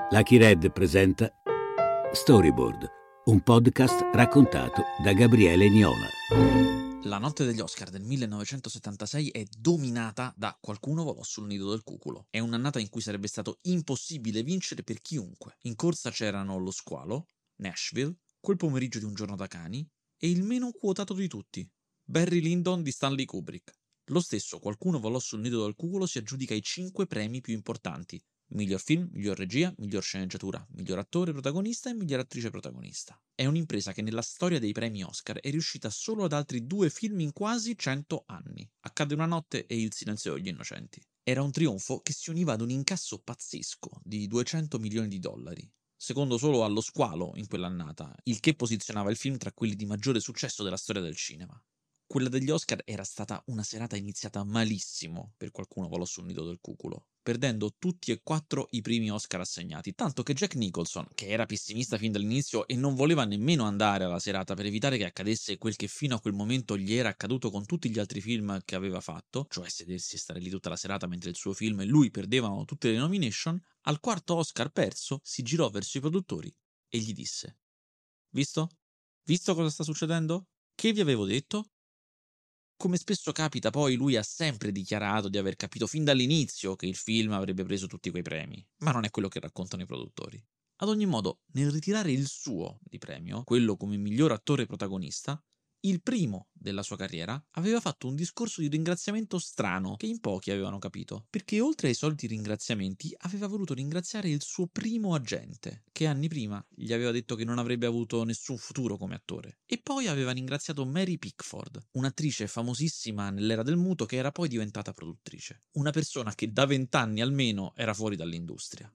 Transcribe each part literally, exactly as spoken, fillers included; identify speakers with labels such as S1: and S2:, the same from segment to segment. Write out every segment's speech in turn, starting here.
S1: Lucky Red presenta Storyboard, un podcast raccontato da Gabriele Niola.
S2: La notte degli Oscar del millenovecentosettantasei è dominata da Qualcuno volò sul nido del cuculo. È un'annata in cui sarebbe stato impossibile vincere per chiunque. In corsa c'erano Lo squalo, Nashville, Quel pomeriggio di un giorno da cani e il meno quotato di tutti, Barry Lyndon di Stanley Kubrick. Lo stesso Qualcuno volò sul nido del cuculo si aggiudica i cinque premi più importanti: miglior film, miglior regia, miglior sceneggiatura, miglior attore protagonista e miglior attrice protagonista. È un'impresa che nella storia dei premi Oscar è riuscita solo ad altri due film in quasi cento anni: Accade una notte e Il silenzio degli innocenti. Era un trionfo che si univa ad un incasso pazzesco di duecento milioni di dollari, secondo solo allo Squalo in quell'annata, il che posizionava il film tra quelli di maggiore successo della storia del cinema. Quella degli Oscar era stata una serata iniziata malissimo per Qualcuno volò sul nido del cuculo, perdendo tutti e quattro i primi Oscar assegnati, tanto che Jack Nicholson, che era pessimista fin dall'inizio e non voleva nemmeno andare alla serata per evitare che accadesse quel che fino a quel momento gli era accaduto con tutti gli altri film che aveva fatto, cioè sedersi e stare lì tutta la serata mentre il suo film e lui perdevano tutte le nomination, al quarto Oscar perso si girò verso i produttori e gli disse: «Visto? Visto cosa sta succedendo? Che vi avevo detto?» Come spesso capita, poi, lui ha sempre dichiarato di aver capito fin dall'inizio che il film avrebbe preso tutti quei premi, ma non è quello che raccontano i produttori. Ad ogni modo, nel ritirare il suo di premio, quello come miglior attore protagonista, il primo della sua carriera, aveva fatto un discorso di ringraziamento strano che in pochi avevano capito, perché oltre ai soliti ringraziamenti aveva voluto ringraziare il suo primo agente, che anni prima gli aveva detto che non avrebbe avuto nessun futuro come attore, e poi aveva ringraziato Mary Pickford, un'attrice famosissima nell'era del muto che era poi diventata produttrice, una persona che da vent'anni almeno era fuori dall'industria.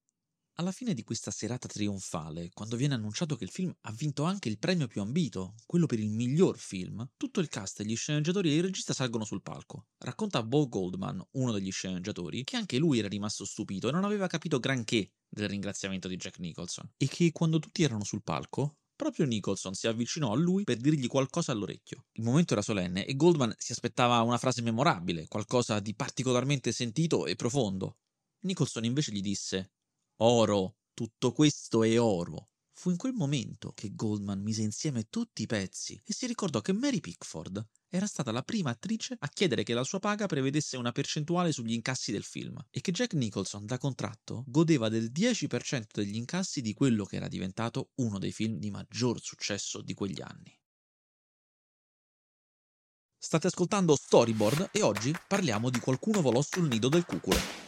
S2: Alla fine di questa serata trionfale, quando viene annunciato che il film ha vinto anche il premio più ambito, quello per il miglior film, tutto il cast, gli sceneggiatori e il regista salgono sul palco. Racconta Bo Goldman, uno degli sceneggiatori, che anche lui era rimasto stupito e non aveva capito granché del ringraziamento di Jack Nicholson, e che quando tutti erano sul palco, proprio Nicholson si avvicinò a lui per dirgli qualcosa all'orecchio. Il momento era solenne e Goldman si aspettava una frase memorabile, qualcosa di particolarmente sentito e profondo. Nicholson invece gli disse: «Oro, tutto questo è oro». Fu in quel momento che Goldman mise insieme tutti i pezzi e si ricordò che Mary Pickford era stata la prima attrice a chiedere che la sua paga prevedesse una percentuale sugli incassi del film e che Jack Nicholson, da contratto, godeva del dieci per cento degli incassi di quello che era diventato uno dei film di maggior successo di quegli anni. State ascoltando Storyboard e oggi parliamo di Qualcuno volò sul nido del cuculo.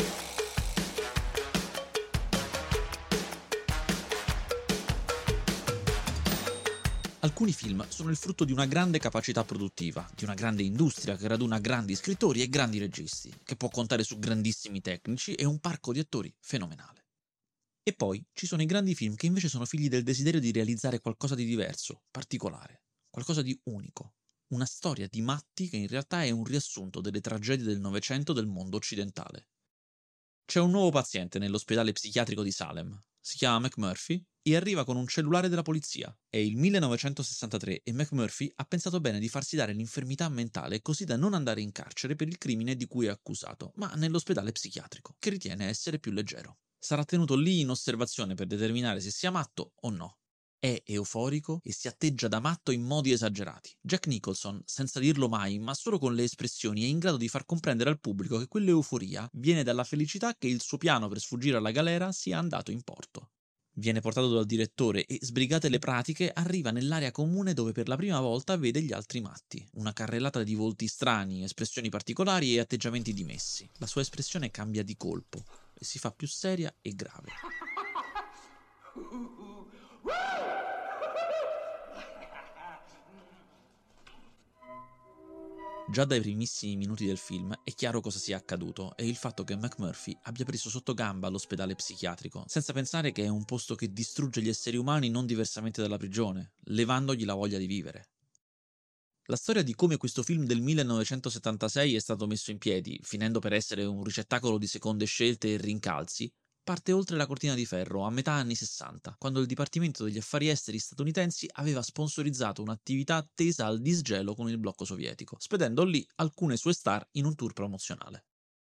S2: Alcuni film sono il frutto di una grande capacità produttiva, di una grande industria che raduna grandi scrittori e grandi registi, che può contare su grandissimi tecnici e un parco di attori fenomenale. E poi ci sono i grandi film che invece sono figli del desiderio di realizzare qualcosa di diverso, particolare, qualcosa di unico. Una storia di matti che in realtà è un riassunto delle tragedie del Novecento del mondo occidentale. C'è un nuovo paziente nell'ospedale psichiatrico di Salem. Si chiama McMurphy e arriva con un cellulare della polizia. È il millenovecentosessantatré e McMurphy ha pensato bene di farsi dare l'infermità mentale così da non andare in carcere per il crimine di cui è accusato, ma nell'ospedale psichiatrico, che ritiene essere più leggero. Sarà tenuto lì in osservazione per determinare se sia matto o no. È euforico e si atteggia da matto in modi esagerati. Jack Nicholson, senza dirlo mai, ma solo con le espressioni, è in grado di far comprendere al pubblico che quell'euforia viene dalla felicità che il suo piano per sfuggire alla galera sia andato in porto. Viene portato dal direttore e, sbrigate le pratiche, arriva nell'area comune dove per la prima volta vede gli altri matti. Una carrellata di volti strani, espressioni particolari e atteggiamenti dimessi. La sua espressione cambia di colpo e si fa più seria e grave. Già dai primissimi minuti del film è chiaro cosa sia accaduto e il fatto che McMurphy abbia preso sotto gamba l'ospedale psichiatrico, senza pensare che è un posto che distrugge gli esseri umani non diversamente dalla prigione, levandogli la voglia di vivere. La storia di come questo film del millenovecentosettantasei è stato messo in piedi, finendo per essere un ricettacolo di seconde scelte e rincalzi, parte oltre la cortina di ferro, a metà anni sessanta, quando il Dipartimento degli Affari Esteri statunitensi aveva sponsorizzato un'attività tesa al disgelo con il blocco sovietico, spedendo lì alcune sue star in un tour promozionale.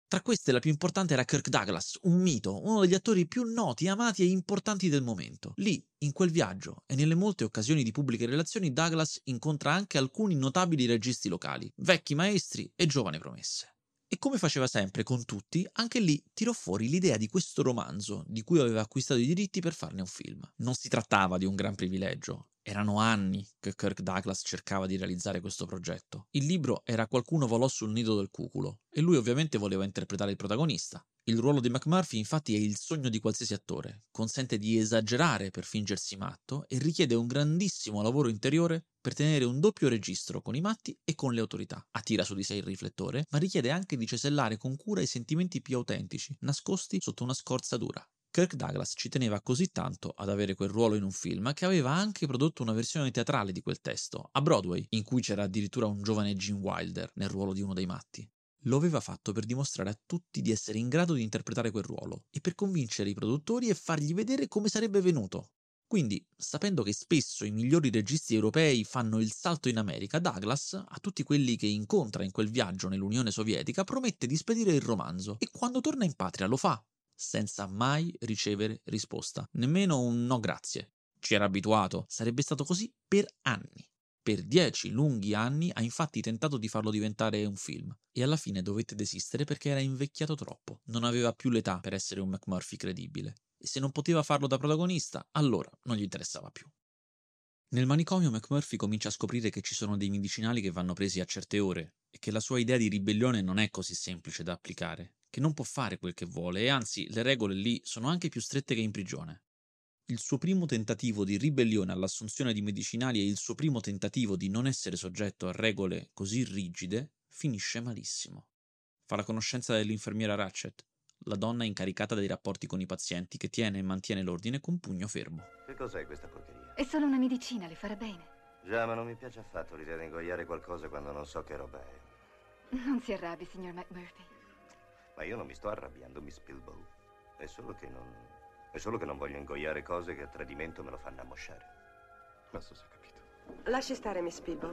S2: Tra queste la più importante era Kirk Douglas, un mito, uno degli attori più noti, amati e importanti del momento. Lì, in quel viaggio e nelle molte occasioni di pubbliche relazioni, Douglas incontra anche alcuni notabili registi locali, vecchi maestri e giovani promesse. E come faceva sempre con tutti, anche lì tirò fuori l'idea di questo romanzo, di cui aveva acquistato i diritti per farne un film. Non si trattava di un gran privilegio. Erano anni che Kirk Douglas cercava di realizzare questo progetto. Il libro era Qualcuno volò sul nido del cuculo, e lui ovviamente voleva interpretare il protagonista. Il ruolo di McMurphy infatti è il sogno di qualsiasi attore, consente di esagerare per fingersi matto e richiede un grandissimo lavoro interiore per tenere un doppio registro con i matti e con le autorità. Attira su di sé il riflettore, ma richiede anche di cesellare con cura i sentimenti più autentici, nascosti sotto una scorza dura. Kirk Douglas ci teneva così tanto ad avere quel ruolo in un film che aveva anche prodotto una versione teatrale di quel testo, a Broadway, in cui c'era addirittura un giovane Gene Wilder nel ruolo di uno dei matti. Lo aveva fatto per dimostrare a tutti di essere in grado di interpretare quel ruolo e per convincere i produttori e fargli vedere come sarebbe venuto. Quindi, sapendo che spesso i migliori registi europei fanno il salto in America, Douglas, a tutti quelli che incontra in quel viaggio nell'Unione Sovietica, promette di spedire il romanzo e quando torna in patria lo fa, senza mai ricevere risposta, nemmeno un no grazie. Ci era abituato, sarebbe stato così per anni. Per dieci lunghi anni ha infatti tentato di farlo diventare un film e alla fine dovette desistere perché era invecchiato troppo, non aveva più l'età per essere un McMurphy credibile e se non poteva farlo da protagonista, allora non gli interessava più. Nel manicomio McMurphy comincia a scoprire che ci sono dei medicinali che vanno presi a certe ore e che la sua idea di ribellione non è così semplice da applicare, che non può fare quel che vuole e anzi le regole lì sono anche più strette che in prigione. Il suo primo tentativo di ribellione all'assunzione di medicinali e il suo primo tentativo di non essere soggetto a regole così rigide finisce malissimo. Fa la conoscenza dell'infermiera Ratchet, la donna incaricata dei rapporti con i pazienti che tiene e mantiene l'ordine con pugno fermo.
S3: Che cos'è questa porcheria?
S4: È solo una medicina, le farà bene.
S3: Già, ma non mi piace affatto l'idea di ingoiare qualcosa quando non so che roba è.
S4: Non si arrabbi, signor McMurphy.
S3: Ma io non mi sto arrabbiando, Miss Bilbo. È solo che non... È solo che non voglio ingoiare cose che a tradimento me lo fanno ammosciare. Ma so se ho capito.
S5: Lasci stare, Miss Bilbo.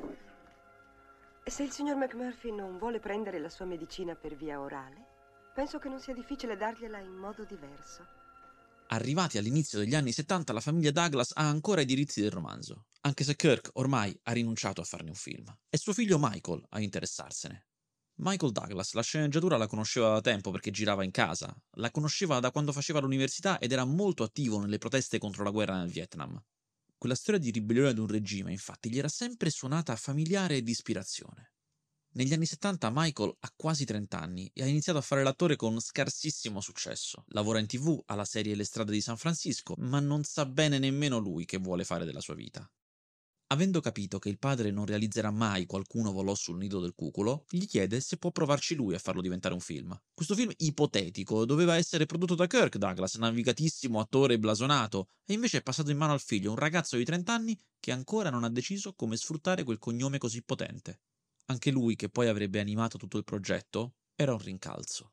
S5: Se il signor McMurphy non vuole prendere la sua medicina per via orale, penso che non sia difficile dargliela in modo diverso.
S2: Arrivati all'inizio degli anni settanta, la famiglia Douglas ha ancora i diritti del romanzo, anche se Kirk ormai ha rinunciato a farne un film. È suo figlio Michael a interessarsene. Michael Douglas la sceneggiatura la conosceva da tempo perché girava in casa, la conosceva da quando faceva l'università ed era molto attivo nelle proteste contro la guerra nel Vietnam. Quella storia di ribellione ad un regime, infatti, gli era sempre suonata familiare e di ispirazione. Negli anni settanta Michael ha quasi trenta anni e ha iniziato a fare l'attore con scarsissimo successo. Lavora in tivù alla serie Le strade di San Francisco, ma non sa bene nemmeno lui che vuole fare della sua vita. Avendo capito che il padre non realizzerà mai Qualcuno volò sul nido del cuculo, gli chiede se può provarci lui a farlo diventare un film. Questo film ipotetico doveva essere prodotto da Kirk Douglas, navigatissimo attore blasonato, e invece è passato in mano al figlio, un ragazzo di trenta anni che ancora non ha deciso come sfruttare quel cognome così potente. Anche lui, che poi avrebbe animato tutto il progetto, era un rincalzo.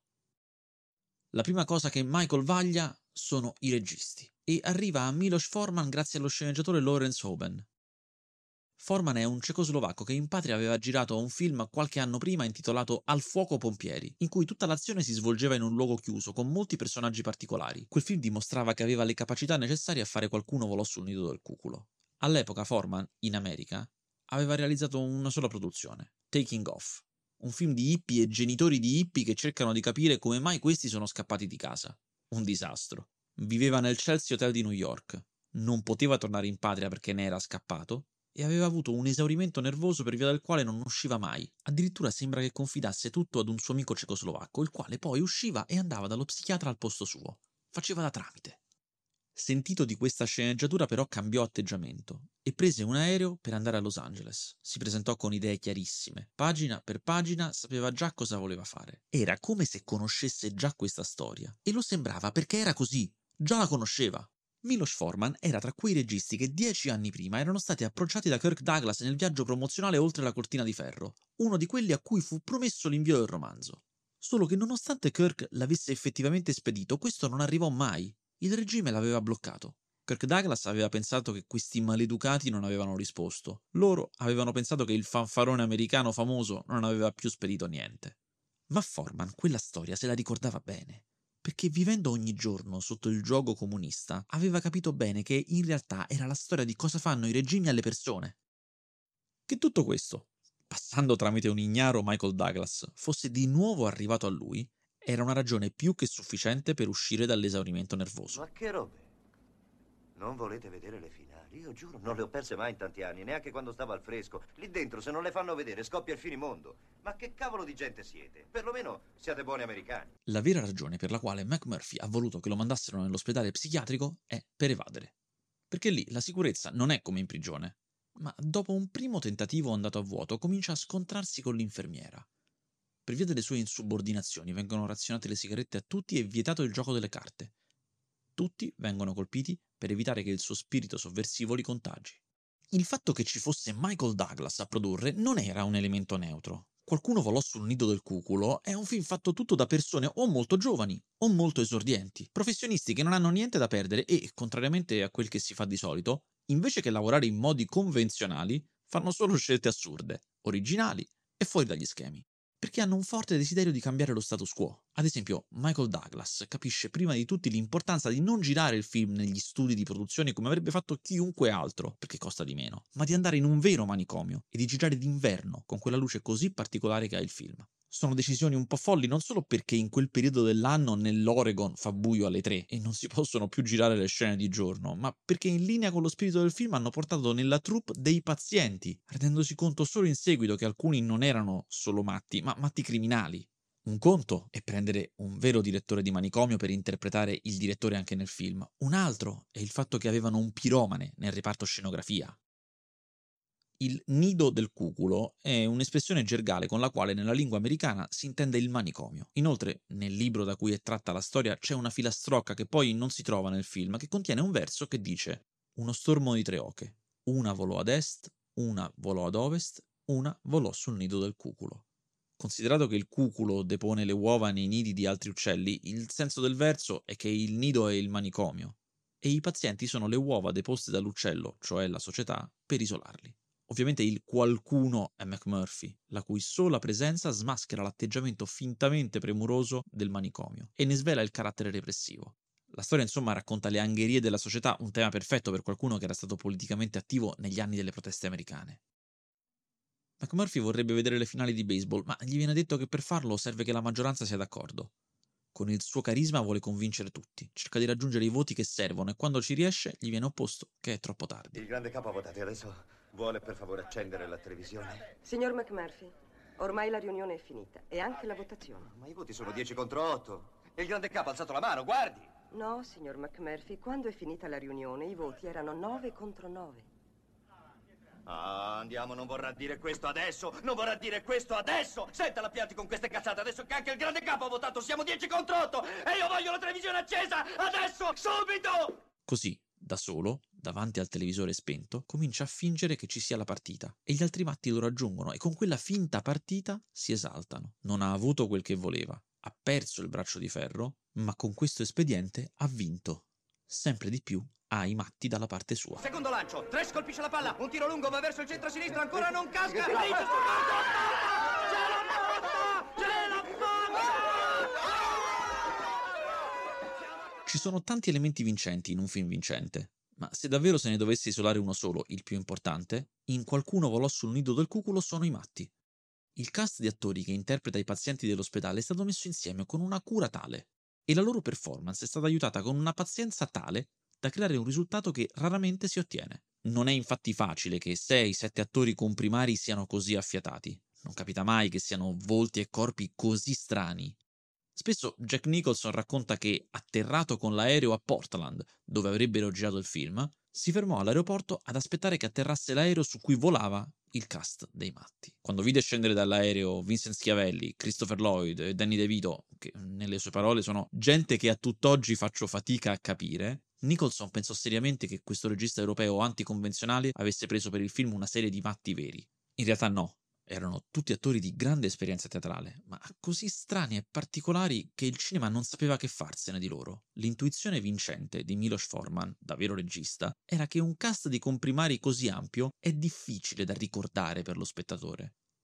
S2: La prima cosa che Michael vaglia sono i registi, e arriva a Miloš Forman grazie allo sceneggiatore Lawrence Hoban. Forman è un cecoslovacco che in patria aveva girato un film qualche anno prima intitolato Al fuoco pompieri, in cui tutta l'azione si svolgeva in un luogo chiuso con molti personaggi particolari. Quel film dimostrava che aveva le capacità necessarie a fare Qualcuno volò sul nido del cuculo. All'epoca Forman, in America, aveva realizzato una sola produzione, Taking Off, un film di hippie e genitori di hippie che cercano di capire come mai questi sono scappati di casa. Un disastro. Viveva nel Chelsea Hotel di New York, non poteva tornare in patria perché ne era scappato e aveva avuto un esaurimento nervoso per via del quale non usciva mai. Addirittura sembra che confidasse tutto ad un suo amico cecoslovacco, il quale poi usciva e andava dallo psichiatra al posto suo. Faceva da tramite. Sentito di questa sceneggiatura però cambiò atteggiamento e prese un aereo per andare a Los Angeles. Si presentò con idee chiarissime. Pagina per pagina sapeva già cosa voleva fare. Era come se conoscesse già questa storia. E lo sembrava perché era così. Già la conosceva. Miloš Forman era tra quei registi che dieci anni prima erano stati approcciati da Kirk Douglas nel viaggio promozionale oltre la cortina di ferro, uno di quelli a cui fu promesso l'invio del romanzo. Solo che nonostante Kirk l'avesse effettivamente spedito, questo non arrivò mai. Il regime l'aveva bloccato. Kirk Douglas aveva pensato che questi maleducati non avevano risposto. Loro avevano pensato che il fanfarone americano famoso non aveva più spedito niente. Ma Foreman quella storia se la ricordava bene, perché vivendo ogni giorno sotto il giogo comunista aveva capito bene che in realtà era la storia di cosa fanno i regimi alle persone. Che tutto questo, passando tramite un ignaro Michael Douglas, fosse di nuovo arrivato a lui, era una ragione più che sufficiente per uscire dall'esaurimento nervoso.
S3: Ma che robe? Non volete vedere le finali? Io giuro, non le ho perse mai in tanti anni, neanche quando stavo al fresco. Lì dentro, se non le fanno vedere, scoppia il finimondo. Ma che cavolo di gente siete? Perlomeno siate buoni americani.
S2: La vera ragione per la quale McMurphy ha voluto che lo mandassero nell'ospedale psichiatrico è per evadere. Perché lì la sicurezza non è come in prigione, ma dopo un primo tentativo andato a vuoto comincia a scontrarsi con l'infermiera. Per via delle sue insubordinazioni vengono razionate le sigarette a tutti e vietato il gioco delle carte. Tutti vengono colpiti per evitare che il suo spirito sovversivo li contagi. Il fatto che ci fosse Michael Douglas a produrre non era un elemento neutro. Qualcuno volò sul nido del cuculo è un film fatto tutto da persone o molto giovani o molto esordienti, professionisti che non hanno niente da perdere e, contrariamente a quel che si fa di solito, invece che lavorare in modi convenzionali, fanno solo scelte assurde, originali e fuori dagli schemi. Perché hanno un forte desiderio di cambiare lo status quo. Ad esempio, Michael Douglas capisce prima di tutti l'importanza di non girare il film negli studi di produzione come avrebbe fatto chiunque altro, perché costa di meno, ma di andare in un vero manicomio e di girare d'inverno con quella luce così particolare che ha il film. Sono decisioni un po' folli non solo perché in quel periodo dell'anno nell'Oregon fa buio alle tre e non si possono più girare le scene di giorno, ma perché in linea con lo spirito del film hanno portato nella troupe dei pazienti, rendendosi conto solo in seguito che alcuni non erano solo matti, ma matti criminali. Un conto è prendere un vero direttore di manicomio per interpretare il direttore anche nel film, un altro è il fatto che avevano un piromane nel reparto scenografia. Il nido del cuculo è un'espressione gergale con la quale nella lingua americana si intende il manicomio. Inoltre, nel libro da cui è tratta la storia c'è una filastrocca che poi non si trova nel film, che contiene un verso che dice: uno stormo di tre oche, una volò ad est, una volò ad ovest, una volò sul nido del cuculo. Considerato che il cuculo depone le uova nei nidi di altri uccelli, il senso del verso è che il nido è il manicomio e i pazienti sono le uova deposte dall'uccello, cioè la società, per isolarli. Ovviamente il qualcuno è McMurphy, la cui sola presenza smaschera l'atteggiamento fintamente premuroso del manicomio e ne svela il carattere repressivo. La storia insomma racconta le angherie della società, un tema perfetto per qualcuno che era stato politicamente attivo negli anni delle proteste americane. McMurphy vorrebbe vedere le finali di baseball, ma gli viene detto che per farlo serve che la maggioranza sia d'accordo. Con il suo carisma vuole convincere tutti, cerca di raggiungere i voti che servono e quando ci riesce gli viene opposto che è troppo tardi.
S3: Il grande capo ha votato e adesso vuole per favore accendere la televisione?
S5: Signor McMurphy, ormai la riunione è finita e anche la votazione.
S3: Ma i voti sono dieci contro otto. E il grande capo ha alzato la mano, guardi!
S5: No, signor McMurphy, quando è finita la riunione i voti erano nove contro nove.
S3: Ah, andiamo, non vorrà dire questo adesso! Non vorrà dire questo adesso! Senta la pianti con queste cazzate, adesso che anche il grande capo ha votato, siamo dieci contro otto! E io voglio la televisione accesa! Adesso! Subito!
S2: Così, da solo, davanti al televisore spento, comincia a fingere che ci sia la partita e gli altri matti lo raggiungono e con quella finta partita si esaltano. Non ha avuto quel che voleva, ha perso il braccio di ferro, ma con questo espediente ha vinto. Sempre di più ha i matti dalla parte sua.
S3: Secondo lancio, Trash colpisce la palla, un tiro lungo va verso il centro-sinistro, ancora non casca! Ce l'ha fatta! Ce l'ha fatta!
S2: Ci sono tanti elementi vincenti in un film vincente, ma se davvero se ne dovesse isolare uno solo, il più importante, in Qualcuno volò sul nido del cuculo sono i matti. Il cast di attori che interpreta i pazienti dell'ospedale è stato messo insieme con una cura tale e la loro performance è stata aiutata con una pazienza tale da creare un risultato che raramente si ottiene. Non è infatti facile che sei sette attori comprimari siano così affiatati. Non capita mai che siano volti e corpi così strani. Spesso Jack Nicholson racconta che, atterrato con l'aereo a Portland, dove avrebbero girato il film, si fermò all'aeroporto ad aspettare che atterrasse l'aereo su cui volava il cast dei matti. Quando vide scendere dall'aereo Vincent Schiavelli, Christopher Lloyd e Danny DeVito, che nelle sue parole sono gente che a tutt'oggi faccio fatica a capire, Nicholson pensò seriamente che questo regista europeo anticonvenzionale avesse preso per il film una serie di matti veri. In realtà no, erano tutti attori di grande esperienza teatrale, ma così strani e particolari che il cinema non sapeva che farsene di loro. L'intuizione vincente di Milos Forman, da vero regista, era che un cast di comprimari così ampio è difficile da ricordare per lo spettatore.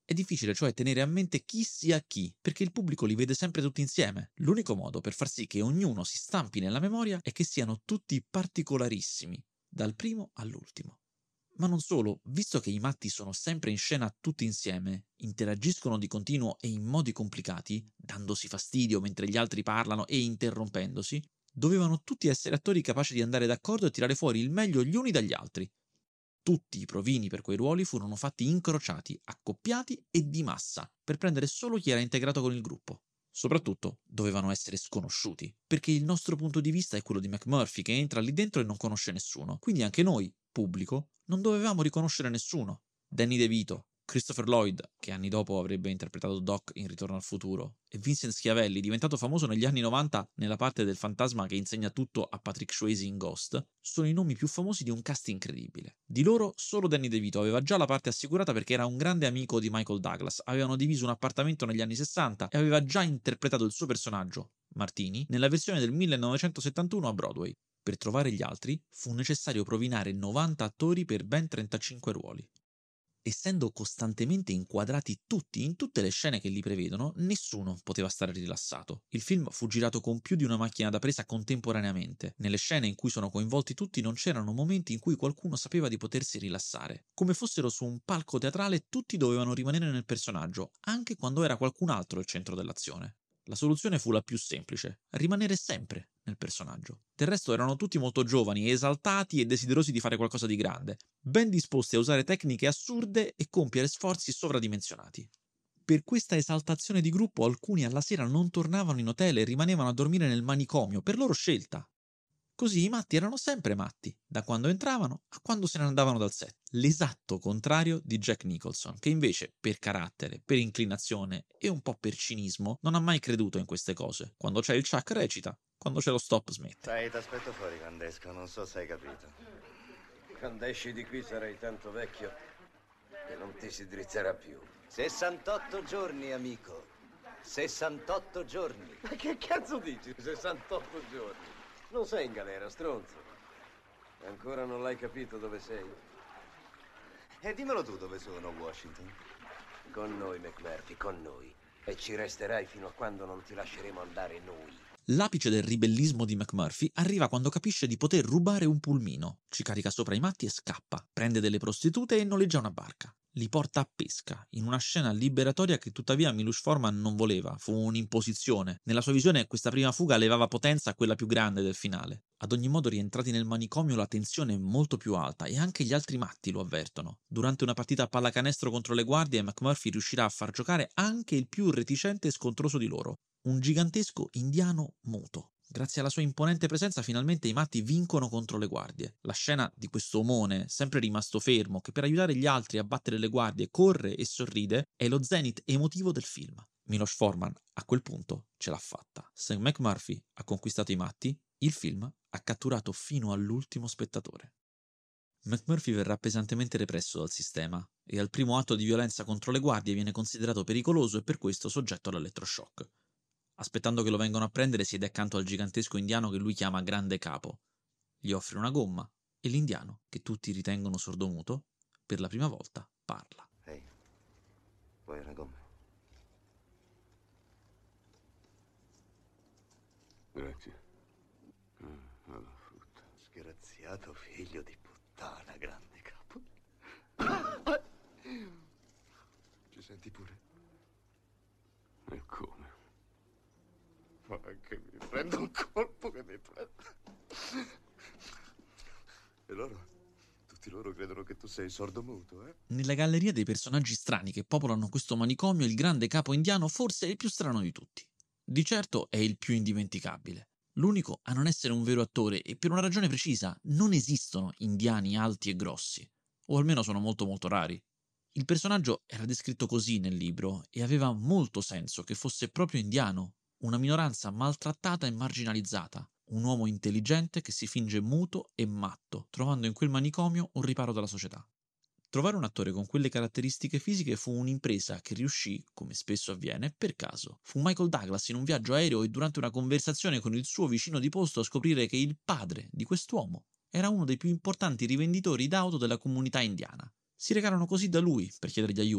S2: È difficile cioè tenere a mente chi sia chi, perché il pubblico li vede sempre tutti insieme. L'unico modo per far sì che ognuno si stampi nella memoria è che siano tutti particolarissimi, dal primo all'ultimo. Ma non solo, visto che i matti sono sempre in scena tutti insieme, interagiscono di continuo e in modi complicati, dandosi fastidio mentre gli altri parlano e interrompendosi, dovevano tutti essere attori capaci di andare d'accordo e tirare fuori il meglio gli uni dagli altri. Tutti i provini per quei ruoli furono fatti incrociati, accoppiati e di massa, per prendere solo chi era integrato con il gruppo. Soprattutto dovevano essere sconosciuti, perché il nostro punto di vista è quello di McMurphy che entra lì dentro e non conosce nessuno, quindi anche noi, pubblico, non dovevamo riconoscere nessuno. Danny DeVito, Christopher Lloyd, che anni dopo avrebbe interpretato Doc in Ritorno al futuro, e Vincent Schiavelli, diventato famoso negli anni novanta nella parte del fantasma che insegna tutto a Patrick Swayze in Ghost, sono i nomi più famosi di un cast incredibile. Di loro solo Danny DeVito aveva già la parte assicurata perché era un grande amico di Michael Douglas, avevano diviso un appartamento negli anni sessanta e aveva già interpretato il suo personaggio, Martini, nella versione del millenovecentosettantuno a Broadway. Per trovare gli altri fu necessario provinare novanta attori per ben trentacinque ruoli. Essendo costantemente inquadrati tutti in tutte le scene che li prevedono, nessuno poteva stare rilassato. Il film fu girato con più di una macchina da presa contemporaneamente. Nelle scene in cui sono coinvolti tutti non c'erano momenti in cui qualcuno sapeva di potersi rilassare. Come fossero su un palco teatrale, tutti dovevano rimanere nel personaggio, anche quando era qualcun altro il centro dell'azione. La soluzione fu la più semplice: rimanere sempre nel personaggio. Del resto erano tutti molto giovani, esaltati e desiderosi di fare qualcosa di grande, ben disposti a usare tecniche assurde e compiere sforzi sovradimensionati. Per questa esaltazione di gruppo alcuni alla sera non tornavano in hotel e rimanevano a dormire nel manicomio, per loro scelta. Così i matti erano sempre matti, da quando entravano a quando se ne andavano dal set. L'esatto contrario di Jack Nicholson, che invece, per carattere, per inclinazione e un po' per cinismo, non ha mai creduto in queste cose. Quando c'è il Chuck recita, quando c'è lo stop smette.
S3: Sai, t'aspetto fuori quando esco, non so se hai capito.
S6: Quando esci di qui sarai tanto vecchio che non ti si drizzerà più.
S3: sessantotto giorni, amico. sessantotto giorni.
S6: Ma che cazzo dici? sessantotto giorni. Non sei in galera, stronzo. Ancora non l'hai capito dove sei?
S3: E dimmelo tu dove sono, Washington.
S6: Con noi, McMurphy, con noi. E ci resterai fino a quando non ti lasceremo andare noi.
S2: L'apice del ribellismo di McMurphy arriva quando capisce di poter rubare un pulmino, ci carica sopra i matti e scappa, prende delle prostitute e noleggia una barca. Li porta a pesca, in una scena liberatoria che tuttavia Miloš Forman non voleva, fu un'imposizione. Nella sua visione questa prima fuga levava potenza a quella più grande del finale. Ad ogni modo, rientrati nel manicomio, la tensione è molto più alta e anche gli altri matti lo avvertono. Durante una partita a pallacanestro contro le guardie, McMurphy riuscirà a far giocare anche il più reticente e scontroso di loro, un gigantesco indiano muto. Grazie alla sua imponente presenza finalmente i matti vincono contro le guardie. La scena di questo omone, sempre rimasto fermo, che per aiutare gli altri a battere le guardie corre e sorride, è lo zenith emotivo del film. Miloš Forman a quel punto ce l'ha fatta. Se McMurphy ha conquistato i matti, il film ha catturato fino all'ultimo spettatore. McMurphy verrà pesantemente represso dal sistema e al primo atto di violenza contro le guardie viene considerato pericoloso e per questo soggetto all'elettroshock. Aspettando che lo vengano a prendere, siede accanto al gigantesco indiano che lui chiama Grande Capo. Gli offre una gomma e l'indiano, che tutti ritengono sordomuto, per la prima volta parla.
S3: Ehi, vuoi una gomma?
S6: Grazie. Mm, alla frutta.
S3: Sgraziato figlio di puttana, Grande Capo. Ci senti pure?
S6: E come?
S3: Ma che mi prendo un colpo che mi prendo. E loro? Tutti loro credono che tu sei sordomuto, eh?
S2: Nella galleria dei personaggi strani che popolano questo manicomio, il Grande Capo indiano forse è il più strano di tutti. Di certo è il più indimenticabile. L'unico a non essere un vero attore e per una ragione precisa: non esistono indiani alti e grossi. O almeno sono molto molto rari. Il personaggio era descritto così nel libro e aveva molto senso che fosse proprio indiano. Una minoranza maltrattata e marginalizzata, un uomo intelligente che si finge muto e matto, trovando in quel manicomio un riparo dalla società. Trovare un attore con quelle caratteristiche fisiche fu un'impresa che riuscì, come spesso avviene, per caso. Fu Michael Douglas in un viaggio aereo e durante una conversazione con il suo vicino di posto a scoprire che il padre di quest'uomo era uno dei più importanti rivenditori d'auto della comunità indiana. Si recarono così da lui per chiedergli aiuto.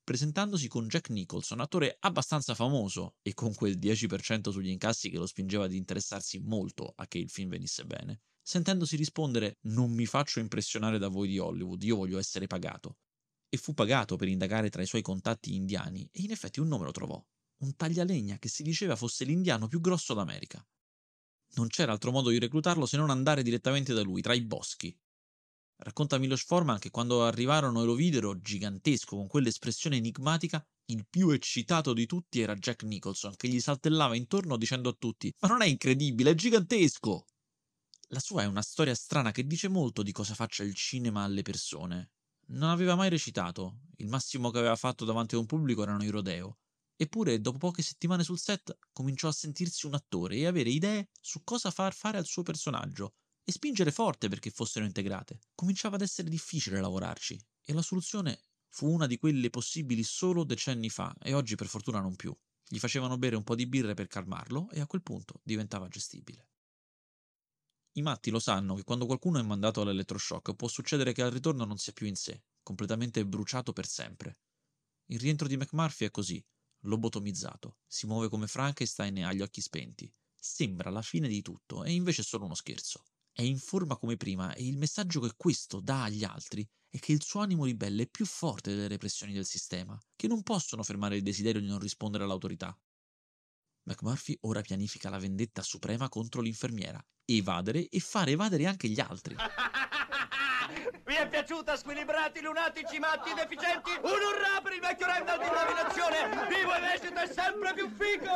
S2: presentandosi con Jack Nicholson, attore abbastanza famoso e con quel dieci per cento sugli incassi che lo spingeva ad interessarsi molto a che il film venisse bene, sentendosi rispondere «Non mi faccio impressionare da voi di Hollywood, io voglio essere pagato». E fu pagato per indagare tra i suoi contatti indiani e in effetti un nome lo trovò, un taglialegna che si diceva fosse l'indiano più grosso d'America. Non c'era altro modo di reclutarlo se non andare direttamente da lui, tra i boschi. Racconta Milos Forman che quando arrivarono e lo videro, gigantesco, con quell'espressione enigmatica, il più eccitato di tutti era Jack Nicholson, che gli saltellava intorno dicendo a tutti «Ma non è incredibile, è gigantesco!». La sua è una storia strana che dice molto di cosa faccia il cinema alle persone. Non aveva mai recitato, il massimo che aveva fatto davanti a un pubblico erano i rodeo. Eppure, dopo poche settimane sul set, cominciò a sentirsi un attore e avere idee su cosa far fare al suo personaggio e spingere forte perché fossero integrate. Cominciava ad essere difficile lavorarci e la soluzione fu una di quelle possibili solo decenni fa e oggi per fortuna non più. Gli facevano bere un po' di birre per calmarlo e a quel punto diventava gestibile. I matti lo sanno che quando qualcuno è mandato all'elettroshock può succedere che al ritorno non sia più in sé, completamente bruciato per sempre. Il rientro di McMurphy è così. Lobotomizzato, si muove come Frankenstein e ha gli occhi spenti. Sembra la fine di tutto e invece è solo uno scherzo. È in forma come prima e il messaggio che questo dà agli altri è che il suo animo ribelle è più forte delle repressioni del sistema, che non possono fermare il desiderio di non rispondere all'autorità. McMurphy ora pianifica la vendetta suprema contro l'infermiera, evadere e fare evadere anche gli altri.
S3: Vi è piaciuta, squilibrati, lunatici, matti, deficienti? Un urrà per il vecchio Randall di Navigazione! Vivo e esito è sempre più figo!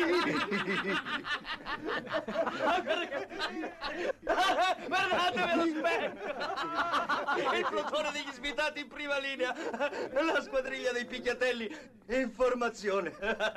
S3: Guardatevi allo specchio! Il plotone degli svitati in prima linea! La squadriglia dei picchiatelli! Informazione!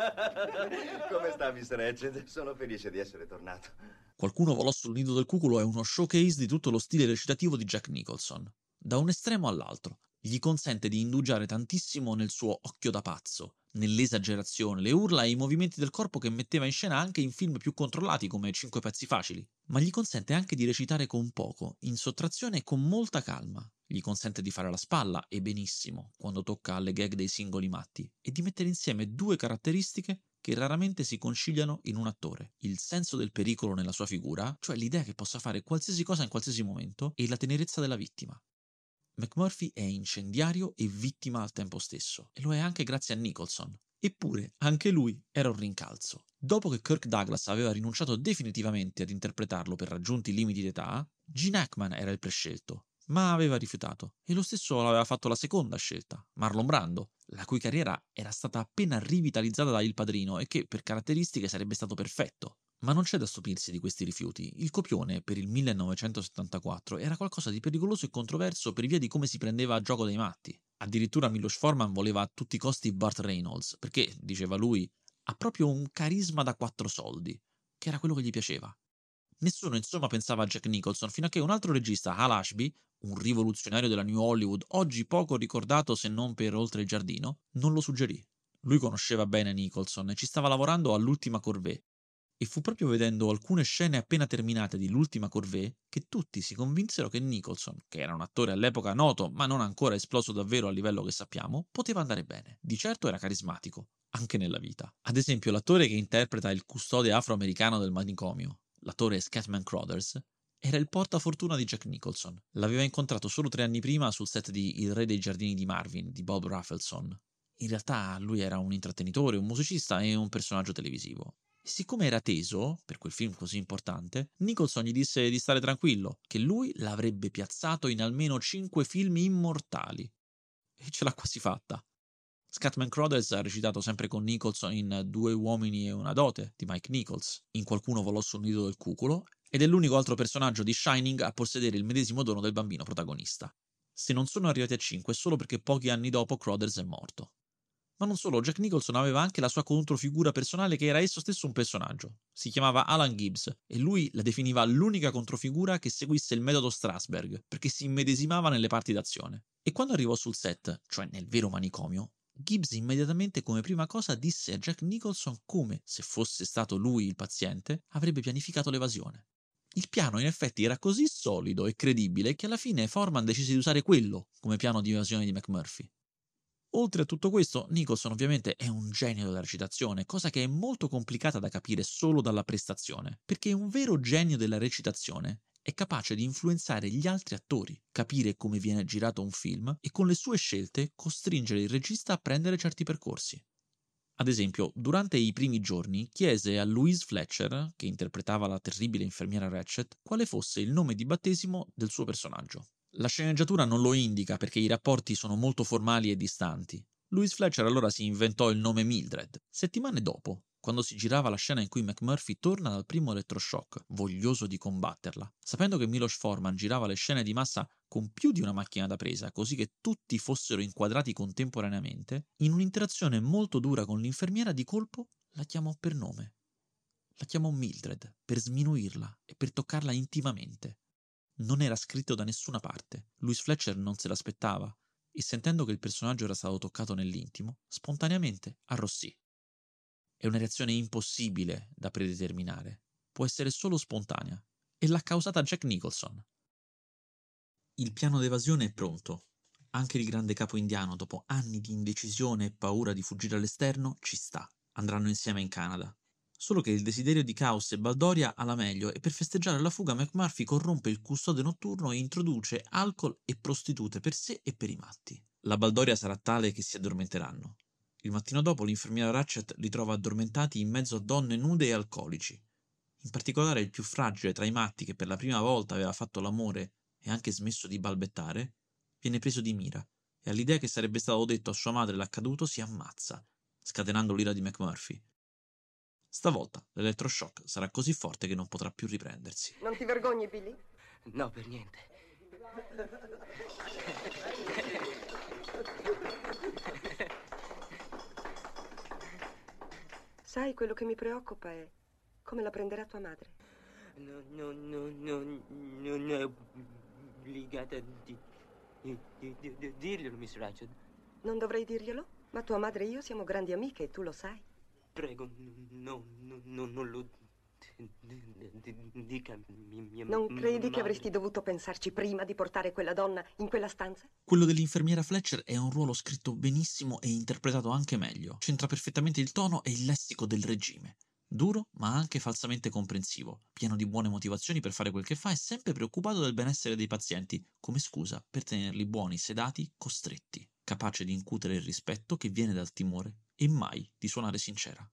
S3: Come sta, mister Hatchet? Sono felice di essere tornato.
S2: Qualcuno volò sul nido del cuculo è uno showcase di tutto lo stile recitativo di Jack Nicholson. Da un estremo all'altro, gli consente di indugiare tantissimo nel suo occhio da pazzo, nell'esagerazione, le urla e i movimenti del corpo che metteva in scena anche in film più controllati come Cinque pezzi facili, ma gli consente anche di recitare con poco, in sottrazione e con molta calma. Gli consente di fare la spalla, e benissimo, quando tocca alle gag dei singoli matti, e di mettere insieme due caratteristiche che raramente si conciliano in un attore: il senso del pericolo nella sua figura, cioè l'idea che possa fare qualsiasi cosa in qualsiasi momento, e la tenerezza della vittima. McMurphy è incendiario e vittima al tempo stesso, e lo è anche grazie a Nicholson. Eppure, anche lui era un rincalzo. Dopo che Kirk Douglas aveva rinunciato definitivamente ad interpretarlo per raggiunti limiti d'età, Gene Hackman era il prescelto, ma aveva rifiutato, e lo stesso l'aveva fatto la seconda scelta, Marlon Brando, la cui carriera era stata appena rivitalizzata da Il Padrino e che per caratteristiche sarebbe stato perfetto. Ma non c'è da stupirsi di questi rifiuti. Il copione per il millenovecentosettantaquattro era qualcosa di pericoloso e controverso per via di come si prendeva a gioco dei matti. Addirittura Milos Forman voleva a tutti i costi Burt Reynolds, perché, diceva lui, ha proprio un carisma da quattro soldi, che era quello che gli piaceva. Nessuno insomma pensava a Jack Nicholson, fino a che un altro regista, Hal Ashby, un rivoluzionario della New Hollywood, oggi poco ricordato se non per Oltre il giardino, non lo suggerì. Lui conosceva bene Nicholson e ci stava lavorando all'Ultima Corvée, e fu proprio vedendo alcune scene appena terminate di L'Ultima Corvée che tutti si convinsero che Nicholson, che era un attore all'epoca noto ma non ancora esploso davvero a livello che sappiamo, poteva andare bene. Di certo era carismatico, anche nella vita. Ad esempio l'attore che interpreta il custode afroamericano del manicomio, l'attore Scatman Crothers, era il portafortuna di Jack Nicholson. L'aveva incontrato solo tre anni prima sul set di Il re dei giardini di Marvin, di Bob Rafelson. In realtà lui era un intrattenitore, un musicista e un personaggio televisivo. E siccome era teso, per quel film così importante, Nicholson gli disse di stare tranquillo, che lui l'avrebbe piazzato in almeno cinque film immortali. E ce l'ha quasi fatta. Scatman Crothers ha recitato sempre con Nicholson in Due uomini e una dote di Mike Nichols, in Qualcuno volò sul nido del cuculo, ed è l'unico altro personaggio di Shining a possedere il medesimo dono del bambino protagonista. Se non sono arrivati a cinque è solo perché pochi anni dopo Crothers è morto. Ma non solo, Jack Nicholson aveva anche la sua controfigura personale che era esso stesso un personaggio. Si chiamava Alan Gibbs e lui la definiva l'unica controfigura che seguisse il metodo Strasberg, perché si immedesimava nelle parti d'azione. E quando arrivò sul set, cioè nel vero manicomio, Gibbs immediatamente come prima cosa disse a Jack Nicholson come, se fosse stato lui il paziente, avrebbe pianificato l'evasione. Il piano in effetti era così solido e credibile che alla fine Forman decise di usare quello come piano di evasione di McMurphy. Oltre a tutto questo, Nicholson ovviamente è un genio della recitazione, cosa che è molto complicata da capire solo dalla prestazione, perché un vero genio della recitazione è capace di influenzare gli altri attori, capire come viene girato un film e con le sue scelte costringere il regista a prendere certi percorsi. Ad esempio, durante i primi giorni chiese a Louise Fletcher, che interpretava la terribile infermiera Ratched, quale fosse il nome di battesimo del suo personaggio. La sceneggiatura non lo indica perché i rapporti sono molto formali e distanti. Louise Fletcher allora si inventò il nome Mildred. Settimane dopo, quando si girava la scena in cui McMurphy torna dal primo elettroshock, voglioso di combatterla, sapendo che Milos Forman girava le scene di massa con più di una macchina da presa, così che tutti fossero inquadrati contemporaneamente, in un'interazione molto dura con l'infermiera di colpo la chiamò per nome. La chiamò Mildred, per sminuirla e per toccarla intimamente. Non era scritto da nessuna parte. Louise Fletcher non se l'aspettava e, sentendo che il personaggio era stato toccato nell'intimo, spontaneamente arrossì. È una reazione impossibile da predeterminare. Può essere solo spontanea. E l'ha causata Jack Nicholson. Il piano d'evasione è pronto. Anche il grande capo indiano, dopo anni di indecisione e paura di fuggire all'esterno, ci sta. Andranno insieme in Canada. Solo che il desiderio di caos e baldoria ha la meglio e per festeggiare la fuga McMurphy corrompe il custode notturno e introduce alcol e prostitute per sé e per i matti. La baldoria sarà tale che si addormenteranno. Il mattino dopo l'infermiera Ratched li trova addormentati in mezzo a donne nude e alcolici. In particolare il più fragile tra i matti, che per la prima volta aveva fatto l'amore e anche smesso di balbettare, viene preso di mira e all'idea che sarebbe stato detto a sua madre l'accaduto si ammazza, scatenando l'ira di McMurphy. Stavolta l'elettroshock sarà così forte che non potrà più riprendersi.
S5: Non ti vergogni, Billy?
S3: No, per niente.
S5: Sai, quello che mi preoccupa è come la prenderà tua madre.
S7: No, no, no, no, non è obbligata di, di, di, di, di dirglielo, Miss Ratched.
S5: Non dovrei dirglielo? Ma tua madre e io siamo grandi amiche e tu lo sai.
S7: Prego, no, no, no, non lo dica mia
S5: Non credi
S7: madre.
S5: che avresti dovuto pensarci prima di portare quella donna in quella stanza?
S2: Quello dell'infermiera Fletcher è un ruolo scritto benissimo e interpretato anche meglio. C'entra perfettamente il tono e il lessico del regime. Duro, ma anche falsamente comprensivo, pieno di buone motivazioni per fare quel che fa e sempre preoccupato del benessere dei pazienti, come scusa per tenerli buoni, sedati, costretti, capace di incutere il rispetto che viene dal timore e mai di suonare sincera.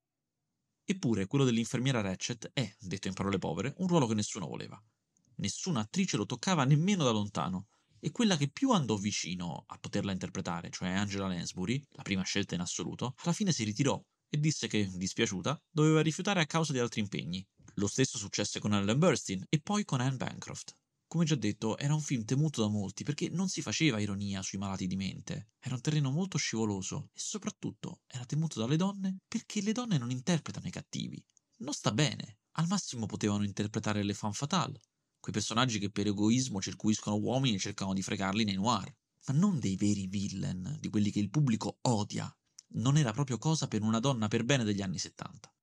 S2: Eppure quello dell'infermiera Ratched è, detto in parole povere, un ruolo che nessuno voleva. Nessuna attrice lo toccava nemmeno da lontano, e quella che più andò vicino a poterla interpretare, cioè Angela Lansbury, la prima scelta in assoluto, alla fine si ritirò e disse che, dispiaciuta, doveva rifiutare a causa di altri impegni. Lo stesso successe con Ellen Burstyn e poi con Anne Bancroft. Come già detto, era un film temuto da molti perché non si faceva ironia sui malati di mente. Era un terreno molto scivoloso e soprattutto era temuto dalle donne perché le donne non interpretano i cattivi. Non sta bene. Al massimo potevano interpretare le femme fatale, quei personaggi che per egoismo circuiscono uomini e cercano di fregarli nei noir, ma non dei veri villain, di quelli che il pubblico odia. Non era proprio cosa per una donna per bene degli anni settanta.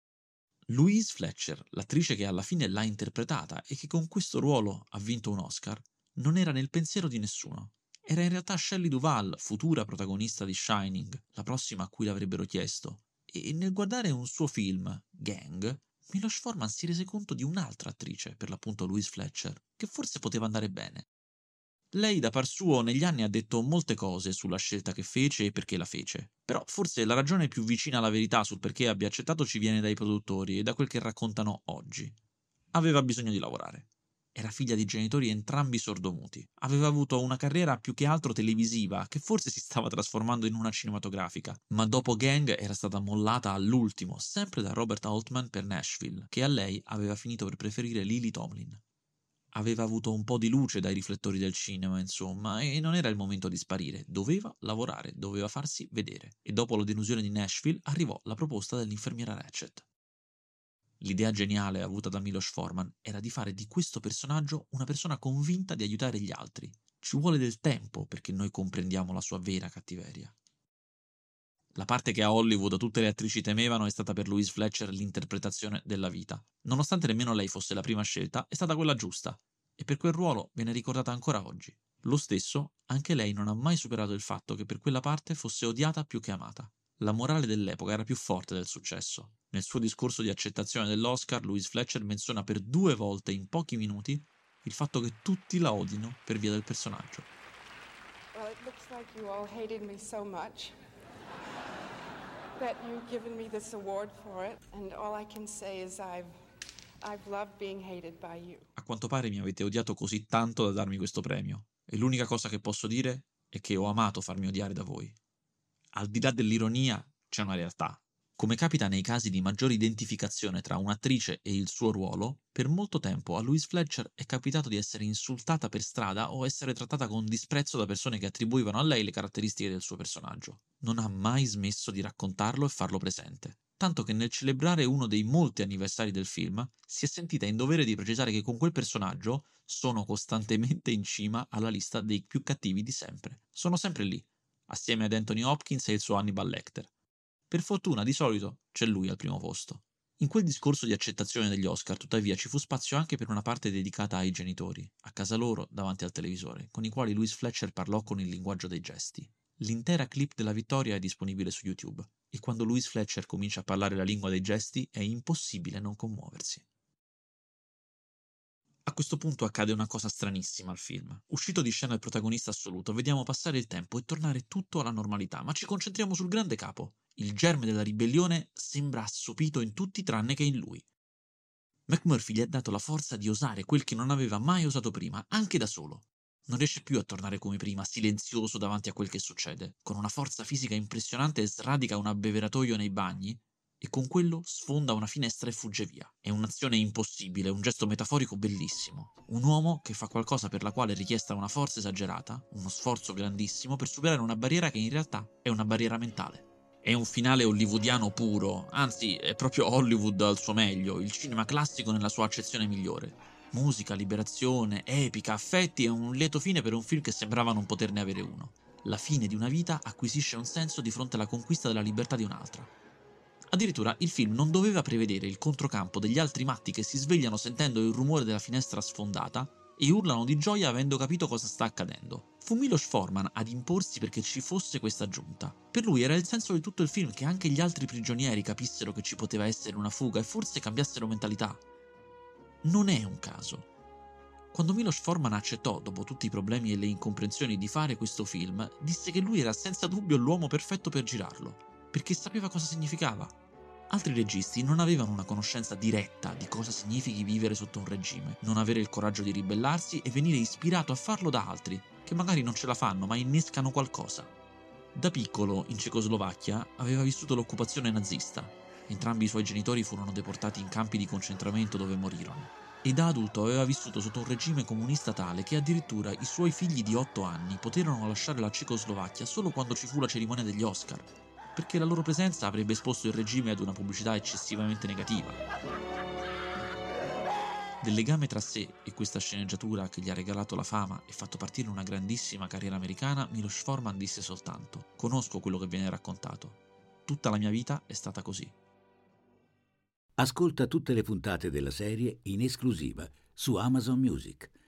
S2: Louise Fletcher, l'attrice che alla fine l'ha interpretata e che con questo ruolo ha vinto un Oscar, non era nel pensiero di nessuno. Era in realtà Shelley Duvall, futura protagonista di Shining, la prossima a cui l'avrebbero chiesto. E nel guardare un suo film, Gang, Milos Forman si rese conto di un'altra attrice, per l'appunto Louise Fletcher, che forse poteva andare bene. Lei da par suo negli anni ha detto molte cose sulla scelta che fece e perché la fece, però forse la ragione più vicina alla verità sul perché abbia accettato ci viene dai produttori e da quel che raccontano oggi. Aveva bisogno di lavorare. Era figlia di genitori entrambi sordomuti. Aveva avuto una carriera più che altro televisiva, che forse si stava trasformando in una cinematografica, ma dopo Gang era stata mollata all'ultimo, sempre da Robert Altman per Nashville, che a lei aveva finito per preferire Lily Tomlin. Aveva avuto un po' di luce dai riflettori del cinema, insomma, e non era il momento di sparire. Doveva lavorare, doveva farsi vedere. E dopo la delusione di Nashville arrivò la proposta dell'infermiera Ratched. L'idea geniale avuta da Milos Forman era di fare di questo personaggio una persona convinta di aiutare gli altri. Ci vuole del tempo perché noi comprendiamo la sua vera cattiveria. La parte che a Hollywood tutte le attrici temevano è stata per Louise Fletcher l'interpretazione della vita. Nonostante nemmeno lei fosse la prima scelta, è stata quella giusta, e per quel ruolo viene ricordata ancora oggi. Lo stesso, anche lei non ha mai superato il fatto che per quella parte fosse odiata più che amata. La morale dell'epoca era più forte del successo. Nel suo discorso di accettazione dell'Oscar, Louise Fletcher menziona per due volte in pochi minuti il fatto che tutti la odino per via del personaggio.
S8: Well, it looks like you all hated me so much that you've given me this award for it, and all I can say is I've I've loved being hated by you.
S2: A quanto pare mi avete odiato così tanto da darmi questo premio, e l'unica cosa che posso dire è che ho amato farmi odiare da voi. Al di là dell'ironia c'è una realtà. Come capita nei casi di maggiore identificazione tra un'attrice e il suo ruolo, per molto tempo a Louise Fletcher è capitato di essere insultata per strada o essere trattata con disprezzo da persone che attribuivano a lei le caratteristiche del suo personaggio. Non ha mai smesso di raccontarlo e farlo presente, tanto che nel celebrare uno dei molti anniversari del film si è sentita in dovere di precisare che con quel personaggio sono costantemente in cima alla lista dei più cattivi di sempre. Sono sempre lì, assieme ad Anthony Hopkins e il suo Hannibal Lecter. Per fortuna, di solito, c'è lui al primo posto. In quel discorso di accettazione degli Oscar, tuttavia, ci fu spazio anche per una parte dedicata ai genitori, a casa loro, davanti al televisore, con i quali Louise Fletcher parlò con il linguaggio dei gesti. L'intera clip della vittoria è disponibile su YouTube, e quando Louise Fletcher comincia a parlare la lingua dei gesti è impossibile non commuoversi. A questo punto accade una cosa stranissima al film. Uscito di scena il protagonista assoluto, vediamo passare il tempo e tornare tutto alla normalità, ma ci concentriamo sul grande capo. Il germe della ribellione sembra assopito in tutti tranne che in lui. McMurphy gli ha dato la forza di osare quel che non aveva mai osato prima, anche da solo. Non riesce più a tornare come prima, silenzioso davanti a quel che succede. Con una forza fisica impressionante sradica un abbeveratoio nei bagni e con quello sfonda una finestra e fugge via. È un'azione impossibile, un gesto metaforico bellissimo. Un uomo che fa qualcosa per la quale è richiesta una forza esagerata, uno sforzo grandissimo per superare una barriera che in realtà è una barriera mentale. È un finale hollywoodiano puro, anzi è proprio Hollywood al suo meglio, il cinema classico nella sua accezione migliore. Musica, liberazione, epica, affetti e un lieto fine per un film che sembrava non poterne avere uno. La fine di una vita acquisisce un senso di fronte alla conquista della libertà di un'altra. Addirittura il film non doveva prevedere il controcampo degli altri matti che si svegliano sentendo il rumore della finestra sfondata e urlano di gioia avendo capito cosa sta accadendo. Fu Milos Forman ad imporsi perché ci fosse questa aggiunta. Per lui era il senso di tutto il film che anche gli altri prigionieri capissero che ci poteva essere una fuga e forse cambiassero mentalità. Non è un caso. Quando Milos Forman accettò, dopo tutti i problemi e le incomprensioni, di fare questo film, disse che lui era senza dubbio l'uomo perfetto per girarlo, perché sapeva cosa significava. Altri registi non avevano una conoscenza diretta di cosa significhi vivere sotto un regime, non avere il coraggio di ribellarsi e venire ispirato a farlo da altri, che magari non ce la fanno ma innescano qualcosa. Da piccolo, in Cecoslovacchia, aveva vissuto l'occupazione nazista. Entrambi i suoi genitori furono deportati in campi di concentramento dove morirono. E da adulto aveva vissuto sotto un regime comunista tale che addirittura i suoi figli di otto anni poterono lasciare la Cecoslovacchia solo quando ci fu la cerimonia degli Oscar, perché la loro presenza avrebbe esposto il regime ad una pubblicità eccessivamente negativa. Del legame tra sé e questa sceneggiatura che gli ha regalato la fama e fatto partire una grandissima carriera americana, Milos Forman disse soltanto: «Conosco quello che viene raccontato. Tutta la mia vita è stata così».
S1: Ascolta tutte le puntate della serie in esclusiva su Amazon Music.